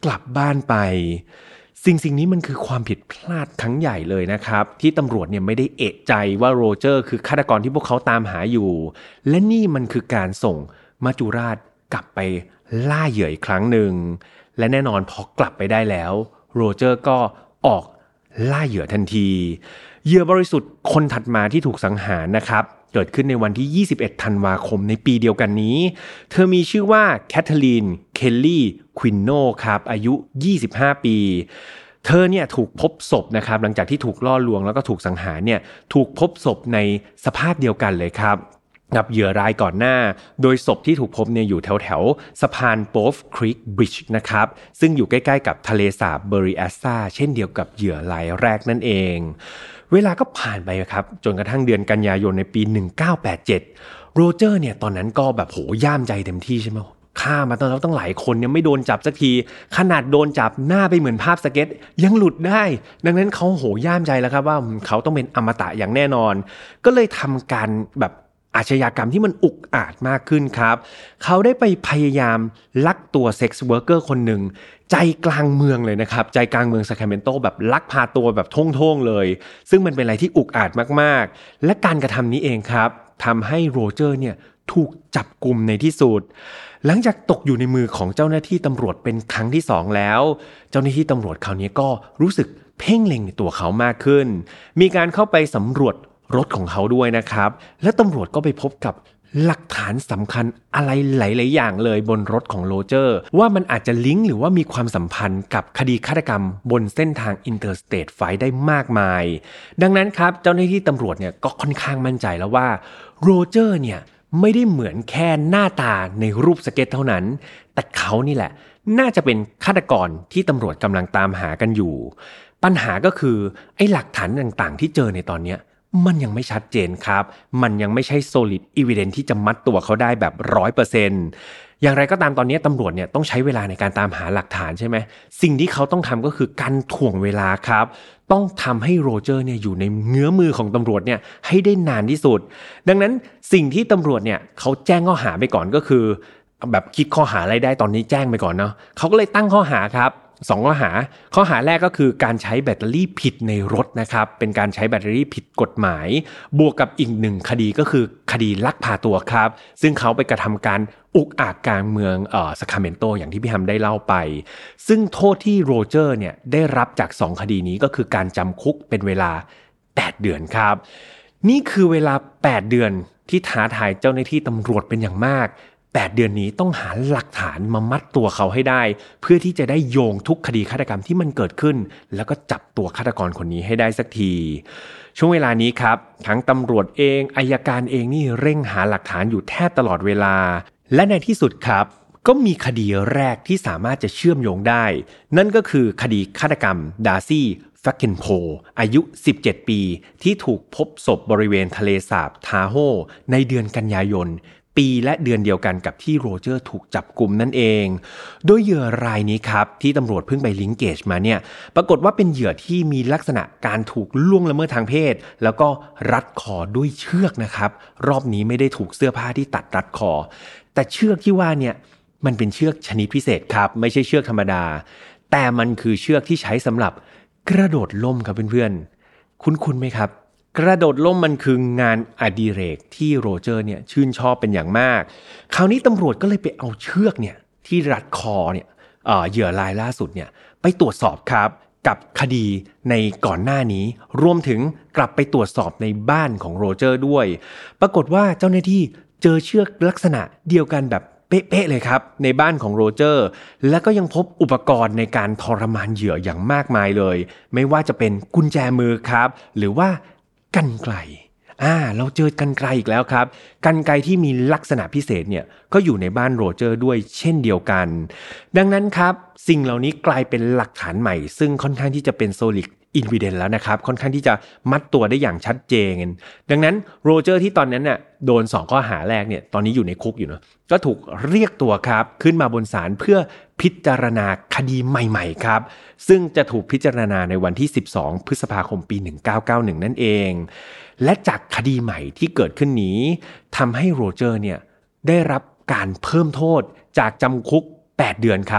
กลับบ้านไปสิ่งนี้มันคือความผิดพลาดครั้งใหญ่เลยนะครับที่ตำรวจเนี่ยไม่ได้เอะใจว่าโรเจอร์คือฆาตกรที่พวกเขาตามหาอยู่และนี่มันคือการส่งมัจจุราชกลับไปล่าเหยื่ออีกครั้งหนึ่งและแน่นอนพอกลับไปได้แล้วโรเจอร์ก็ออกล่าเหยื่อทันทีเหยื่อบริสุทธิ์คนถัดมาที่ถูกสังหารนะครับเกิดขึ้นในวันที่21ธันวาคมในปีเดียวกันนี้เธอมีชื่อว่าแคทเธอรีนเคลลี่ควินโนครับอายุ25ปีเธอเนี่ยถูกพบศพนะครับหลังจากที่ถูกล่อลวงแล้วก็ถูกสังหารเนี่ยถูกพบศพในสภาพเดียวกันเลยครับกับเหยื่อรายก่อนหน้าโดยศพที่ถูกพบเนี่ยอยู่แถวสะพานโป๊ฟครีกบริดจ์นะครับซึ่งอยู่ใกล้ๆกับทะเลสาบเบอริแอสซาเช่นเดียวกับเหยื่อรายแรกนั่นเองเวลาก็ผ่านไปครับจนกระทั่งเดือนกันยายนในปี1987โรเจอร์เนี่ยตอนนั้นก็แบบโหย่ามใจเต็มที่ใช่ไหมฆ่ามาตั้งหลายคนยังไม่โดนจับสักทีขนาดโดนจับหน้าไปเหมือนภาพสเก็ตยังหลุดได้ดังนั้นเขาโหย่ามใจแล้วครับว่าเขาต้องเป็นอมตะอย่างแน่นอนก็เลยทำการแบบอาชญากรรมที่มันอุกอาจมากขึ้นครับเขาได้ไปพยายามลักตัวเซ็กซ์เวิร์กเกอร์คนหนึ่งใจกลางเมืองเลยนะครับใจกลางเมืองซาคราเมนโตแบบลักพาตัวแบบท่งๆเลยซึ่งมันเป็นอะไรที่อุกอาจมากๆและการกระทำนี้เองครับทำให้โรเจอร์เนี่ยถูกจับกุมในที่สุดหลังจากตกอยู่ในมือของเจ้าหน้าที่ตำรวจเป็นครั้งที่2แล้วเจ้าหน้าที่ตำรวจคราวนี้ก็รู้สึกเพ่งเล็งในตัวเขามากขึ้นมีการเข้าไปสำรวจรถของเขาด้วยนะครับและตำรวจก็ไปพบกับหลักฐานสำคัญอะไรหลายๆอย่างเลยบนรถของโรเจอร์ว่ามันอาจจะลิงก์หรือว่ามีความสัมพันธ์กับคดีฆาตกรรมบนเส้นทางอินเตอร์สเตทไฟได้มากมายดังนั้นครับเจ้าหน้าที่ตำรวจเนี่ยก็ค่อนข้างมั่นใจแล้วว่าโรเจอร์เนี่ยไม่ได้เหมือนแค่หน้าตาในรูปสเก็ตเท่านั้นแต่เขานี่แหละน่าจะเป็นฆาตกรที่ตำรวจกำลังตามหากันอยู่ปัญหาก็คือไอ้หลักฐานต่างๆที่เจอในตอนนี้มันยังไม่ชัดเจนครับมันยังไม่ใช่ solid evidence ที่จะมัดตัวเขาได้แบบ 100% อย่างไรก็ตามตอนนี้ตำรวจเนี่ยต้องใช้เวลาในการตามหาหลักฐานใช่ไหมสิ่งที่เขาต้องทำก็คือการถ่วงเวลาครับต้องทำให้โรเจอร์เนี่ยอยู่ในเงื้อมือของตำรวจเนี่ยให้ได้นานที่สุดดังนั้นสิ่งที่ตำรวจเนี่ยเขาแจ้งข้อหาไปก่อนก็คือแบบคิดข้อหาอะไรได้ตอนนี้แจ้งไปก่อนเนาะเขาก็เลยตั้งข้อหาครับ2ข้อหาแรกก็คือการใช้แบตเตอรี่ผิดในรถนะครับเป็นการใช้แบตเตอรี่ผิดกฎหมายบวกกับอีก1คดีก็คือคดีลักพาตัวครับซึ่งเขาไปกระทำการอุกอาจกลางเมืองซาคราเมนโตอย่างที่พี่ฮัมได้เล่าไปซึ่งโทษที่โรเจอร์เนี่ยได้รับจาก2คดีนี้ก็คือการจำคุกเป็นเวลา8เดือนครับนี่คือเวลา8เดือนที่ท้าทายเจ้าหน้าที่ตำรวจเป็นอย่างมาก8เดือนนี้ต้องหาหลักฐานมามัดตัวเขาให้ได้เพื่อที่จะได้โยงทุกคดีฆาตกรรมที่มันเกิดขึ้นแล้วก็จับตัวฆาตกรคนนี้ให้ได้สักทีช่วงเวลานี้ครับทั้งตำรวจเองอัยการเองนี่เร่งหาหลักฐานอยู่แทบตลอดเวลาและในที่สุดครับก็มีคดีแรกที่สามารถจะเชื่อมโยงได้นั่นก็คือคดีฆาตกรรมดาร์ซี่แฟกเกนโพอายุ17ปีที่ถูกพบศพบริเวณทะเลสาบทาโฮในเดือนกันยายนปีและเดือนเดียวกันกับที่โรเจอร์ถูกจับกุมนั่นเองโดยเหยื่อรายนี้ครับที่ตำรวจเพิ่งไปลิงก์เกจมาเนี่ยปรากฏว่าเป็นเหยื่อที่มีลักษณะการถูกล่วงละเมิดทางเพศแล้วก็รัดคอด้วยเชือกนะครับรอบนี้ไม่ได้ถูกเสื้อผ้าที่ตัดรัดคอแต่เชือกที่ว่าเนี่ยมันเป็นเชือกชนิดพิเศษครับไม่ใช่เชือกธรรมดาแต่มันคือเชือกที่ใช้สำหรับกระโดดล่มครับเพื่อนๆคุ้นไหมครับกระโดดล่มมันคืองานอดิเรกที่โรเจอร์เนี่ยชื่นชอบเป็นอย่างมากคราวนี้ตำรวจก็เลยไปเอาเชือกเนี่ยที่รัดคอเนี่ยเหยื่อรายล่าสุดเนี่ยไปตรวจสอบครับกับคดีในก่อนหน้านี้รวมถึงกลับไปตรวจสอบในบ้านของโรเจอร์ด้วยปรากฏว่าเจ้าหน้าที่เจอเชือกลักษณะเดียวกันแบบเป๊ะๆเลยครับในบ้านของโรเจอร์แล้วก็ยังพบอุปกรณ์ในการทรมานเหยื่ออย่างมากมายเลยไม่ว่าจะเป็นกุญแจมือครับหรือว่ากรรไกรเราเจอกรรไกรอีกแล้วครับกรรไกรที่มีลักษณะพิเศษเนี่ยก็อยู่ในบ้านโรเจอร์ด้วยเช่นเดียวกันดังนั้นครับสิ่งเหล่านี้กลายเป็นหลักฐานใหม่ซึ่งค่อนข้างที่จะเป็นsolid evidence แล้วนะครับค่อนข้างที่จะมัดตัวได้อย่างชัดเจนดังนั้นโรเจอร์ที่ตอนนั้นน่ะโดน2ข้อหาแรกเนี่ยตอนนี้อยู่ในคุกอยู่เนาะก็ถูกเรียกตัวครับขึ้นมาบนศาลเพื่อพิจารณาคดีใหม่ๆครับซึ่งจะถูกพิจารณาในวันที่12พฤษภาคมปี1991นั่นเองและจากคดีใหม่ที่เกิดขึ้นนี้ทำให้โรเจอร์เนี่ยได้รับการเพิ่มโทษจากจำคุก8เดือนครับ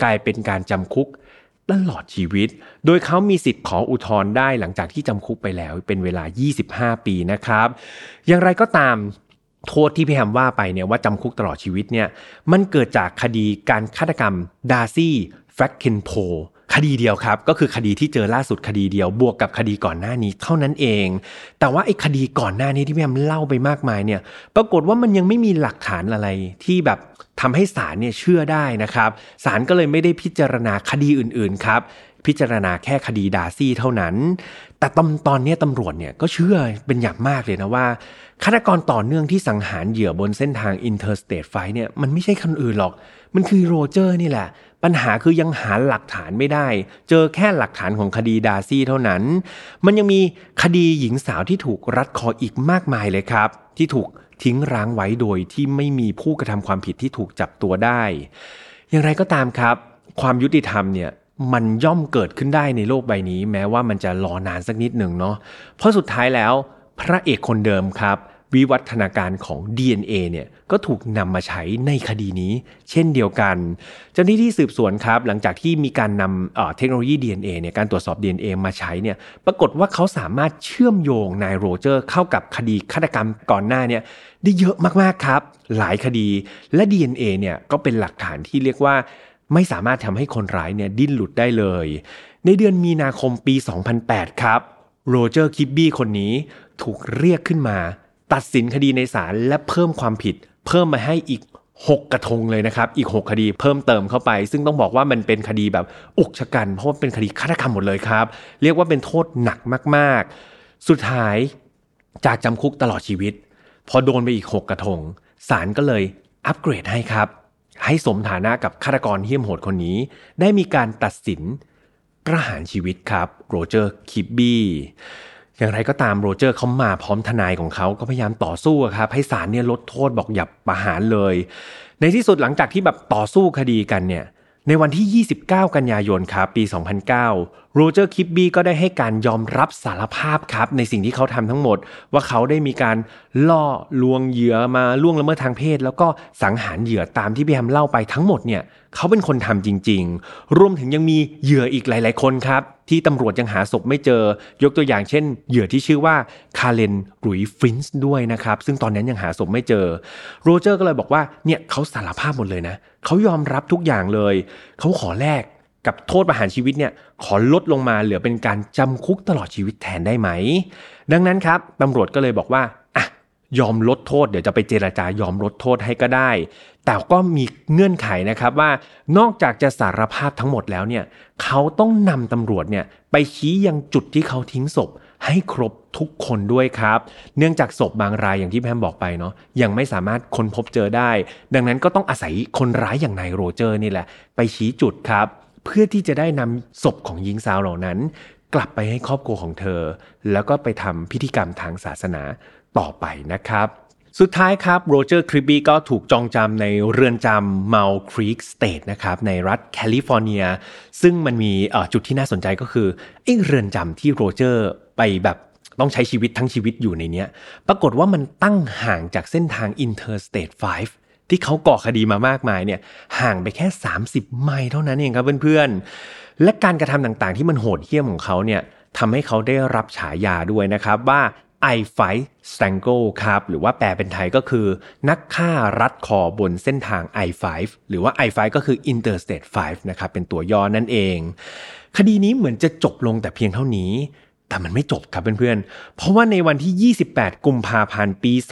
กลายเป็นการจำคุกตลอดชีวิตโดยเขามีสิทธิ์ขออุทธรณ์ได้หลังจากที่จำคุกไปแล้วเป็นเวลา25 ปีนะครับอย่างไรก็ตามโทษที่พี่แฮมว่าไปเนี่ยว่าจำคุกตลอดชีวิตเนี่ยมันเกิดจากคดีการฆาตกรรมดาร์ซี่แฟร็กเคนโพคดีเดียวครับก็คือคดีที่เจอล่าสุดคดีเดียวบวกกับคดีก่อนหน้านี้เท่านั้นเองแต่ว่าไอ้คดีก่อนหน้านี้ที่พี่แฮมเล่าไปมากมายเนี่ยปรากฏว่ามันยังไม่มีหลักฐานอะไรที่แบบทำให้ศาลเนี่ยเชื่อได้นะครับศาลก็เลยไม่ได้พิจารณาคดีอื่นๆครับพิจารณาแค่คดีดาร์ซี่เท่านั้นแต่ตอนนี้ตำรวจเนี่ยก็เชื่อเป็นอย่างมากเลยนะว่าฆาตกรต่อเนื่องที่สังหารเหยื่อบนเส้นทาง Interstate Flight เนี่ยมันไม่ใช่คนอื่นหรอกมันคือโรเจอร์นี่แหละปัญหาคือยังหาหลักฐานไม่ได้เจอแค่หลักฐานของคดีดาร์ซี่เท่านั้นมันยังมีคดีหญิงสาวที่ถูกรัดคออีกมากมายเลยครับที่ถูกทิ้งร้างไว้โดยที่ไม่มีผู้กระทำความผิดที่ถูกจับตัวได้อย่างไรก็ตามครับความยุติธรรมเนี่ยมันย่อมเกิดขึ้นได้ในโลกใบนี้แม้ว่ามันจะรอนานสักนิดหนึ่งเนาะเพราะสุดท้ายแล้วพระเอกคนเดิมครับวิวัฒนาการของ DNA เนี่ยก็ถูกนำมาใช้ในคดีนี้เช่นเดียวกันเจ้าหน้าที่สืบสวนครับหลังจากที่มีการนำเทคโนโลยี DNA เนี่ยการตรวจสอบ DNA มาใช้เนี่ยปรากฏว่าเขาสามารถเชื่อมโยงนายโรเจอร์เข้ากับคดีฆาตกรรมก่อนหน้าเนี่ยได้เยอะมากๆครับหลายคดีและ DNA เนี่ยก็เป็นหลักฐานที่เรียกว่าไม่สามารถทำให้คนร้ายเนี่ยดิ้นหลุดได้เลยในเดือนมีนาคมปี 2008 ครับโรเจอร์คิบบี้คนนี้ถูกเรียกขึ้นมาตัดสินคดีในศาลและเพิ่มความผิดเพิ่มมาให้อีก6กระทงเลยนะครับอีก6คดีเพิ่มเติมเข้าไปซึ่งต้องบอกว่ามันเป็นคดีแบบอุกชะกันเพราะว่าเป็นคดีฆาตกรรมหมดเลยครับเรียกว่าเป็นโทษหนักมากๆสุดท้ายจากจำคุกตลอดชีวิตพอโดนไปอีก6กระทงศาลก็เลยอัปเกรดให้ครับให้สมฐานะกับฆาตกรเหี้ยมโหดคนนี้ได้มีการตัดสินประหารชีวิตครับโรเจอร์คิบบี้อย่างไรก็ตามโรเจอร์เขามาพร้อมทนายของเขาก็พยายามต่อสู้ครับให้ศาลเนี่ยลดโทษบอกอย่าประหารเลยในที่สุดหลังจากที่แบบต่อสู้คดีกันเนี่ยในวันที่29กันยายนครับปี2009โรเจอร์คิบบี้ก็ได้ให้การยอมรับสารภาพครับในสิ่งที่เขาทำทั้งหมดว่าเขาได้มีการล่อลวงเหยื่อมาล่วงละเมิดทางเพศแล้วก็สังหารเหยื่อตามที่พี่แฮมเล่าไปทั้งหมดเนี่ยเขาเป็นคนทำจริงๆรวมถึงยังมีเหยื่ออีกหลายๆคนครับที่ตำรวจยังหาศพไม่เจอยกตัวอย่างเช่นเหยื่อที่ชื่อว่าคาเลนหลุยฟรินซ์ด้วยนะครับซึ่งตอนนั้นยังหาศพไม่เจอโรเจอร์ก็เลยบอกว่าเนี่ยเขาสารภาพหมดเลยนะเขายอมรับทุกอย่างเลยเขาขอแลกกับโทษประหารชีวิตเนี่ยขอลดลงมาเหลือเป็นการจำคุกตลอดชีวิตแทนได้ไหมดังนั้นครับตำรวจก็เลยบอกว่าอ่ะยอมลดโทษเดี๋ยวจะไปเจรจายอมลดโทษให้ก็ได้แต่ก็มีเงื่อนไขนะครับว่านอกจากจะสารภาพทั้งหมดแล้วเนี่ยเขาต้องนำตำรวจเนี่ยไปชี้ยังจุดที่เขาทิ้งศพให้ครบทุกคนด้วยครับเนื่องจากศพบางรายอย่างที่แพมบอกไปเนาะยังไม่สามารถค้นพบเจอได้ดังนั้นก็ต้องอาศัยคนร้ายอย่างนายโรเจอร์นี่แหละไปชี้จุดครับเพื่อที่จะได้นำศพของหญิงสาวเหล่านั้นกลับไปให้ครอบครัวของเธอแล้วก็ไปทำพิธีกรรมทางศาสนาต่อไปนะครับสุดท้ายครับโรเจอร์คริบบี้ก็ถูกจองจำในเรือนจำเมาลครีกสเตทนะครับในรัฐแคลิฟอร์เนียซึ่งมันมีจุดที่น่าสนใจก็คือไอ้เรือนจำที่โรเจอร์ไปแบบต้องใช้ชีวิตทั้งชีวิตอยู่ในเนี้ยปรากฏว่ามันตั้งห่างจากเส้นทาง Interstate 5ที่เขาก่อคดีมามากมายเนี่ยห่างไปแค่30 ไมล์เท่านั้นเองครับเพื่อนๆและการกระทำต่างๆที่มันโหดเหี้ยมของเขาเนี่ยทำให้เขาได้รับฉายาด้วยนะครับว่า I Fight Strangle ครับหรือว่าแปลเป็นไทยก็คือนักฆ่ารัดคอบนเส้นทาง I5 หรือว่า I5 ก็คือ Interstate 5นะครับเป็นตัวย่อนั่นเองคดีนี้เหมือนจะจบลงแต่เพียงเท่านี้แต่มันไม่จบครับเพื่อนๆเพราะว่าในวันที่28กุมภาพันธ์ปี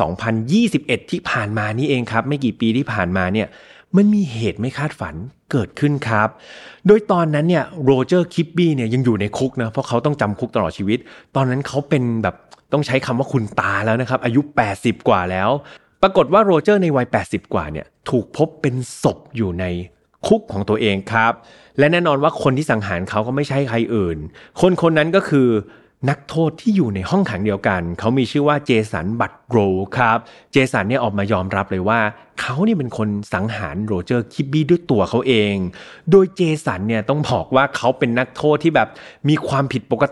2021ที่ผ่านมานี่เองครับไม่กี่ปีที่ผ่านมาเนี่ยมันมีเหตุไม่คาดฝันเกิดขึ้นครับโดยตอนนั้นเนี่ยโรเจอร์คิบบี้เนี่ยยังอยู่ในคุกนะเพราะเขาต้องจำคุกตลอดชีวิตตอนนั้นเขาเป็นแบบต้องใช้คำว่าคุณตาแล้วนะครับอายุ80กว่าแล้วปรากฏว่าโรเจอร์ในวัย80กว่าเนี่ยถูกพบเป็นศพอยู่ในคุกของตัวเองครับและแน่นอนว่าคนที่สังหารเขาก็ไม่ใช่ใครอื่นคนนั้นก็คือนักโทษที่อยู่ในห้องขังเดียวกันเขามีชื่อว่าเจสันบัตโรครับเจสันเนี่ยออกมายอมรับเลยว่าเขาเนี่ยเป็นคนสังหารโรเจอร์คิบบี้ด้วยตัวเขาเองโดยเจสันเนี่ยต้องบอกว่าเขาเป็นนักโทษที่แบบมีความผิดปกติ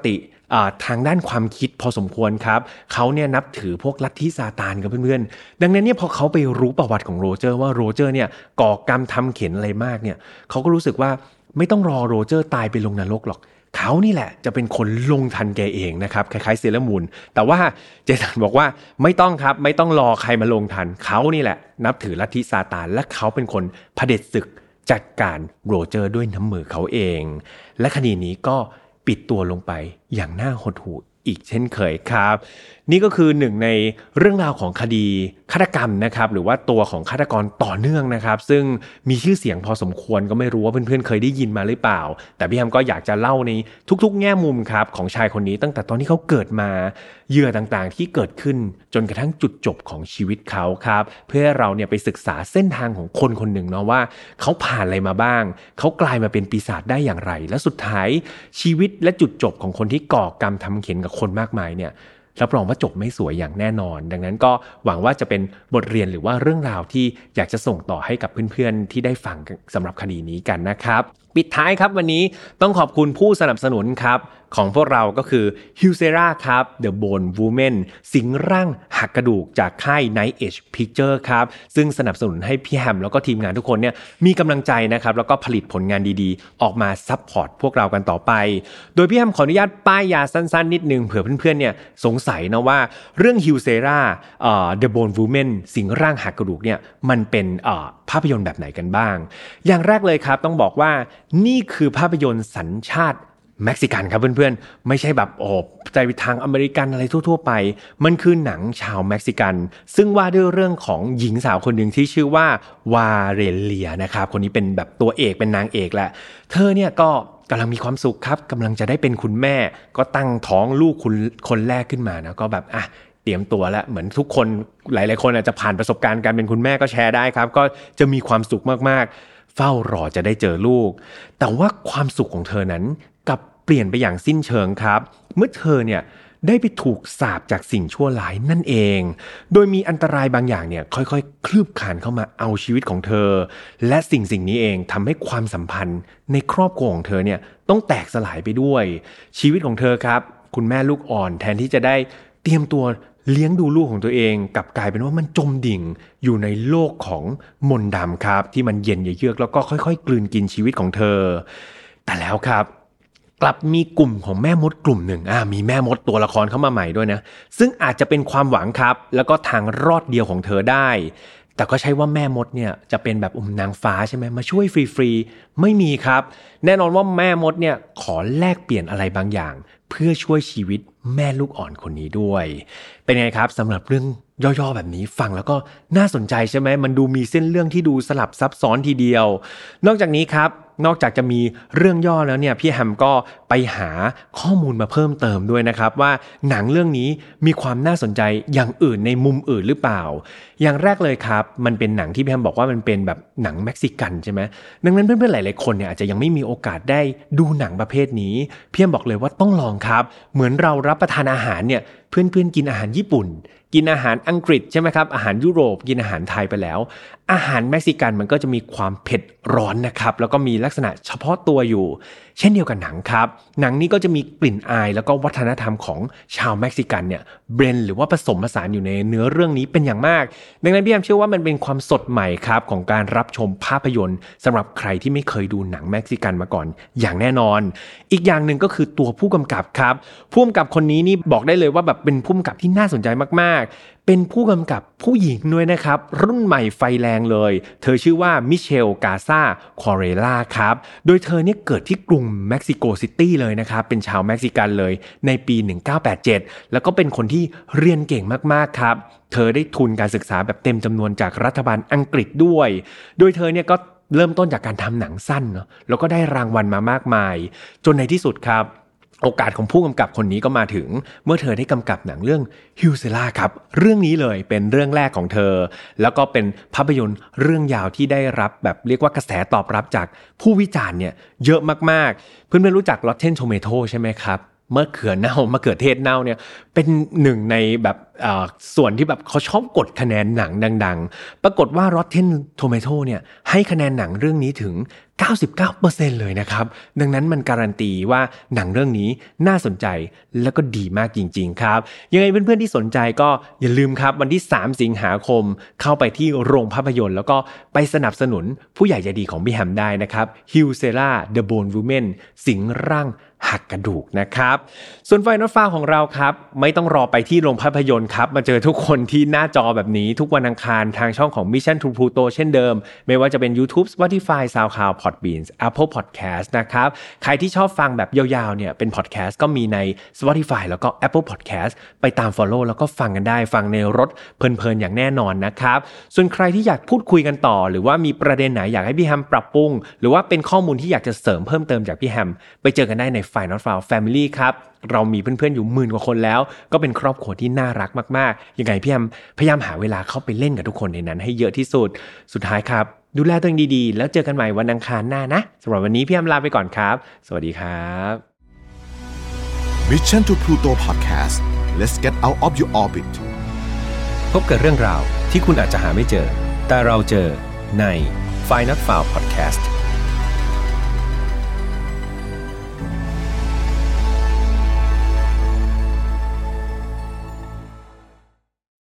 ทางด้านความคิดพอสมควรครับเขาเนี่ยนับถือพวกลัทธิซาตานกับเพื่อนๆดังนั้นเนี่ยพอเขาไปรู้ประวัติของโรเจอร์ว่าโรเจอร์เนี่ยก่อกรรมทำเข็ญอะไรมากเนี่ยเขาก็รู้สึกว่าไม่ต้องรอโรเจอร์ตายไปลงนรกหรอกเขานี่แหละจะเป็นคนลงทันแกเองนะครับคล้ายๆเซเลอร์มูนแต่ว่าเจสันบอกว่าไม่ต้องครับไม่ต้องรอใครมาลงทันเขานี่แหละนับถือลัทธิซาตานและเขาเป็นคนเผด็จศึกจัดการโรเจอร์ด้วยน้ำมือเขาเองและคดีนี้ก็ปิดตัวลงไปอย่างน่าหดหู่อีกเช่นเคยครับนี่ก็คือหนึ่งในเรื่องราวของคดีฆาตกรรมนะครับหรือว่าตัวของฆาตกรต่อเนื่องนะครับซึ่งมีชื่อเสียงพอสมควรก็ไม่รู้ว่าเพื่อนๆเคยได้ยินมาหรือเปล่าแต่พี่แฮมก็อยากจะเล่าในทุกๆแง่มุมครับของชายคนนี้ตั้งแต่ตอนที่เขาเกิดมาเหยื่อต่างๆที่เกิดขึ้นจนกระทั่งจุดจบของชีวิตเขาครับเพื่อเราเนี่ยไปศึกษาเส้นทางของคนคนหนึ่งเนาะว่าเขาผ่านอะไรมาบ้างเขากลายมาเป็นปีศาจได้อย่างไรและสุดท้ายชีวิตและจุดจบของคนที่ก่อกรรมทำเข็ญกับคนมากมายเนี่ยรับรองว่าจบไม่สวยอย่างแน่นอนดังนั้นก็หวังว่าจะเป็นบทเรียนหรือว่าเรื่องราวที่อยากจะส่งต่อให้กับเพื่อนๆที่ได้ฟังสำหรับคดีนี้กันนะครับปิดท้ายครับวันนี้ต้องขอบคุณผู้สนับสนุนครับของพวกเราก็คือ Hyucera ครับ The Bone Woman สิงร่างหักกระดูกจากค่าย Night Edge Picture ครับซึ่งสนับสนุนให้พี่แฮมแล้วก็ทีมงานทุกคนเนี่ยมีกำลังใจนะครับแล้วก็ผลิตผลงานดีๆออกมาซัพพอร์ตพวกเรากันต่อไปโดยพี่แฮมขออนุญาตป้ายยาสั้นๆนิดนึงเผื่อเพื่อนๆเนี่ยสงสัยนะว่าเรื่อง Hyucera The Bone Woman สิงร่างหักกระดูกเนี่ยมันเป็นภาพยนตร์แบบไหนกันบ้างอย่างแรกเลยครับต้องบอกว่านี่คือภาพยนตร์สัญชาติเม็กซิกันครับเพื่อนๆไม่ใช่แบบใจทางอเมริกันอะไรทั่วๆไปมันคือหนังชาวเม็กซิกันซึ่งว่าด้วยเรื่องของหญิงสาวคนหนึ่งที่ชื่อว่าวาเรเลียนะครับคนนี้เป็นแบบตัวเอกเป็นนางเอกแหละเธอเนี่ยก็กำลังมีความสุขครับกำลังจะได้เป็นคุณแม่ก็ตั้งท้องลูกคนแรกขึ้นมานะก็แบบเตรียมตัวแล้วเหมือนทุกคนหลายๆคนอาจจะผ่านประสบการณ์การเป็นคุณแม่ก็แชร์ได้ครับก็จะมีความสุขมากๆเฝ้ารอจะได้เจอลูกแต่ว่าความสุขของเธอนั้นกับเปลี่ยนไปอย่างสิ้นเชิงครับเมื่อเธอเนี่ยได้ไปถูกสาปจากสิ่งชั่วร้ายนั่นเองโดยมีอันตรายบางอย่างเนี่ยค่อยๆคลืบคลานเข้ามาเอาชีวิตของเธอและสิ่งนี้เองทำให้ความสัมพันธ์ในครอบครัวของเธอเนี่ยต้องแตกสลายไปด้วยชีวิตของเธอครับคุณแม่ลูกอ่อนแทนที่จะได้เตรียมตัวเลี้ยงดูลูกของตัวเองกลับกลายเป็นว่ามันจมดิ่งอยู่ในโลกของมนต์ดำครับที่มันเย็นเยือกแล้วก็ค่อยๆกลืนกินชีวิตของเธอแต่แล้วครับกลับมีกลุ่มของแม่มดกลุ่มหนึ่งมีแม่มดตัวละครเข้ามาใหม่ด้วยนะซึ่งอาจจะเป็นความหวังครับแล้วก็ทางรอดเดียวของเธอได้แต่ก็ใช่ว่าแม่มดเนี่ยจะเป็นแบบนางฟ้าใช่ไหมมาช่วยฟรีๆไม่มีครับแน่นอนว่าแม่มดเนี่ยขอแลกเปลี่ยนอะไรบางอย่างเพื่อช่วยชีวิตแม่ลูกอ่อนคนนี้ด้วยเป็นไงครับสำหรับเรื่องย่อๆแบบนี้ฟังแล้วก็น่าสนใจใช่ไหมมันดูมีเส้นเรื่องที่ดูสลับซับซ้อนทีเดียวนอกจากนี้ครับนอกจากจะมีเรื่องย่อแล้วเนี่ยพี่แฮมก็ไปหาข้อมูลมาเพิ่มเติมด้วยนะครับว่าหนังเรื่องนี้มีความน่าสนใจอย่างอื่นในมุมอื่นหรือเปล่าอย่างแรกเลยครับมันเป็นหนังที่พี่แฮมบอกว่ามันเป็นแบบหนังเม็กซิกันใช่ไหมดังนั้นเพื่อนๆหลายๆคนเนี่ยอาจจะยังไม่มีโอกาสได้ดูหนังประเภทนี้พี่แฮมบอกเลยว่าต้องลองครับเหมือนเรารับประทานอาหารเนี่ยเพื่อนๆกินอาหารญี่ปุ่นกินอาหารอังกฤษใช่ไหมครับอาหารยุโรปกินอาหารไทยไปแล้วอาหารเม็กซิกันมันก็จะมีความเผ็ดร้อนนะครับแล้วก็มีลักษณะเฉพาะตัวอยู่เช่นเดียวกับหนังครับหนังนี้ก็จะมีกลิ่นอายแล้วก็วัฒนธรรมของชาวเม็กซิกันเนี่ยเบรนหรือว่าผสมผสานอยู่ในเนื้อเรื่องนี้เป็นอย่างมากดังนั้นพี่แอมเชื่อว่ามันเป็นความสดใหม่ครับของการรับชมภาพยนตร์สำหรับใครที่ไม่เคยดูหนังเม็กซิกันมาก่อนอย่างแน่นอนอีกอย่างหนึ่งก็คือตัวผู้กำกับครับผู้กำกับคนนี้นี่บอกได้เลยว่าแบบเป็นผู้กำกับที่น่าสนใจมากๆเป็นผู้กำกับผู้หญิงด้วยนะครับรุ่นใหม่ไฟแรงเลยเธอชื่อว่ามิเชลกาซาคอเรล่าครับโดยเธอเนี่ยเกิดที่กรุงเม็กซิโกซิตี้เลยนะครับเป็นชาวเม็กซิกันเลยในปี1987แล้วก็เป็นคนที่เรียนเก่งมากๆครับเธอได้ทุนการศึกษาแบบเต็มจำนวนจากรัฐบาลอังกฤษด้วยโดยเธอเนี่ยก็เริ่มต้นจากการทำหนังสั้นเนาะแล้วก็ได้รางวัลมามากมายจนในที่สุดครับโอกาสของผู้กำกับคนนี้ก็มาถึงเมื่อเธอได้กำกับหนังเรื่องฮิวเซล่าครับเรื่องนี้เลยเป็นเรื่องแรกของเธอแล้วก็เป็นภาพยนตร์เรื่องยาวที่ได้รับแบบเรียกว่ากระแสตอบรับจากผู้วิจารณ์เนี่ยเยอะมากๆเพื่อนๆรู้จัก Rotten Tomato ใช่ไหมครับมะเขือเทศเน่าเนี่ยเป็นหนึ่งในแบบส่วนที่แบบเขาชอบกดคะแนนหนังดังๆปรากฏว่า Rotten Tomato เนี่ยให้คะแนนหนังเรื่องนี้ถึง 99% เลยนะครับดังนั้นมันการันตีว่าหนังเรื่องนี้น่าสนใจแล้วก็ดีมากจริงๆครับยังไงเพื่อนๆที่สนใจก็อย่าลืมครับวันที่3สิงหาคมเข้าไปที่โรงภาพยนตร์แล้วก็ไปสนับสนุนผู้ใหญ่ใจดีของพี่แฮมได้นะครับฮิวเซล่า The Bone Woman สิงร่างหักกระดูกนะครับส่วนไฟนอลฟาวของเราครับไม่ต้องรอไปที่โรงภาพยนตร์ครับมาเจอทุกคนที่หน้าจอแบบนี้ทุกวันอังคารทางช่องของ Mission to Pluto เช่นเดิมไม่ว่าจะเป็น YouTube Spotify SoundCloud Podbean Apple Podcast นะครับใครที่ชอบฟังแบบยาวๆเนี่ยเป็น podcast ก็มีใน Spotify แล้วก็ Apple Podcast ไปตาม follow แล้วก็ฟังกันได้ฟังในรถเพลินๆอย่างแน่นอนนะครับส่วนใครที่อยากพูดคุยกันต่อหรือว่ามีประเด็นไหนอยากให้พี่แฮมปรับปรุงหรือว่าเป็นข้อมูลที่อยากจะเสริมเพิ่มเติมจากพี่แฮมไปเจอกันได้ใน Final File Family ครับเรามีเพื่อนๆอยู่10,000 กว่าคนแล้วก็เป็นครอบครัวที่น่ารักมากๆยังไงพี่แฮมพยายามหาเวลาเข้าไปเล่นกับทุกคนในนั้นให้เยอะที่สุดสุดท้ายครับดูแลตัวเองดีๆแล้วเจอกันใหม่วันอังคารหน้านะสำหรับวันนี้พี่แฮมลาไปก่อนครับสวัสดีครับ Mission to Pluto Podcast Let's get out of your orbit พบกับเรื่องราวที่คุณอาจจะหาไม่เจอแต่เราเจอใน Final File Podcast